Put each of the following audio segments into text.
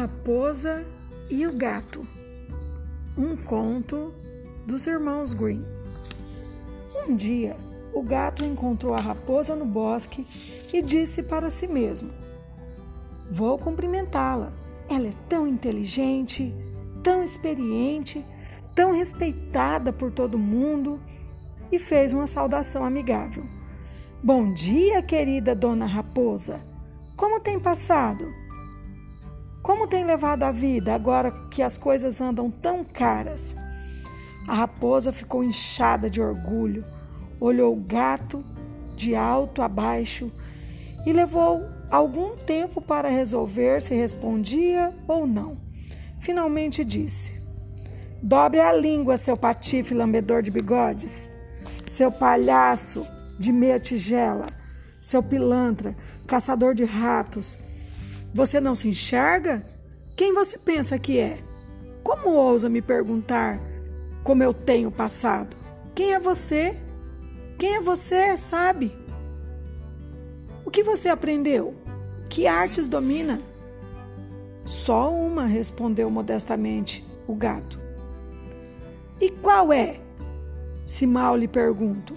Raposa e o Gato. Um conto dos irmãos Grimm. Um dia, o gato encontrou a raposa no bosque e disse para si mesmo: "Vou cumprimentá-la. Ela é tão inteligente, tão experiente, tão respeitada por todo mundo." E fez uma saudação amigável. "Bom dia, querida dona Raposa. Como tem passado? Como tem levado a vida agora que as coisas andam tão caras?" A raposa ficou inchada de orgulho, olhou o gato de alto a baixo e levou algum tempo para resolver se respondia ou não. Finalmente disse: "Dobre a língua, seu patife lambedor de bigodes, seu palhaço de meia tigela, seu pilantra, caçador de ratos. Você não se enxerga? Quem você pensa que é? Como ousa me perguntar como eu tenho passado? Quem é você? Quem é você, sabe? O que você aprendeu? Que artes domina?" "Só uma", respondeu modestamente o gato. "E qual é? Se mal lhe pergunto."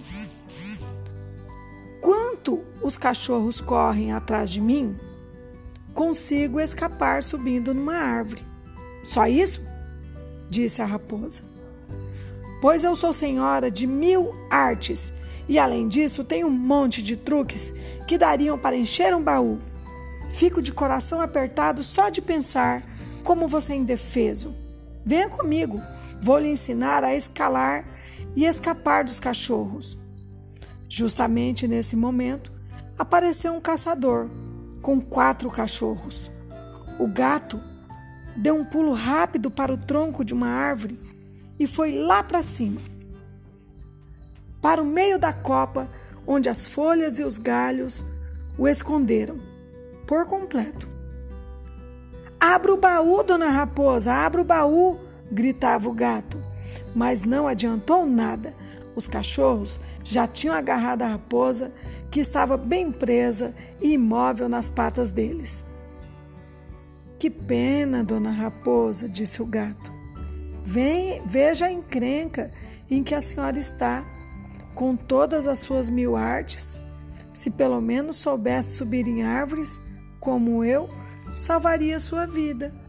"Quanto os cachorros correm atrás de mim, consigo escapar subindo numa árvore." "Só isso?" disse a raposa. "Pois eu sou senhora de 1000 artes e, além disso, tenho um monte de truques que dariam para encher um baú. Fico de coração apertado só de pensar como você é indefeso. Venha comigo, vou lhe ensinar a escalar e escapar dos cachorros." Justamente nesse momento, apareceu um caçador com 4 cachorros. O gato deu um pulo rápido para o tronco de uma árvore e foi lá para cima, para o meio da copa, onde as folhas e os galhos o esconderam por completo. "Abra o baú, dona Raposa, abra o baú!" gritava o gato, mas não adiantou nada. Os cachorros já tinham agarrado a raposa, que estava bem presa e imóvel nas patas deles. "Que pena, dona Raposa", disse o gato. Veja a encrenca em que a senhora está, com todas as suas 1000 artes. Se pelo menos soubesse subir em árvores, como eu, salvaria sua vida."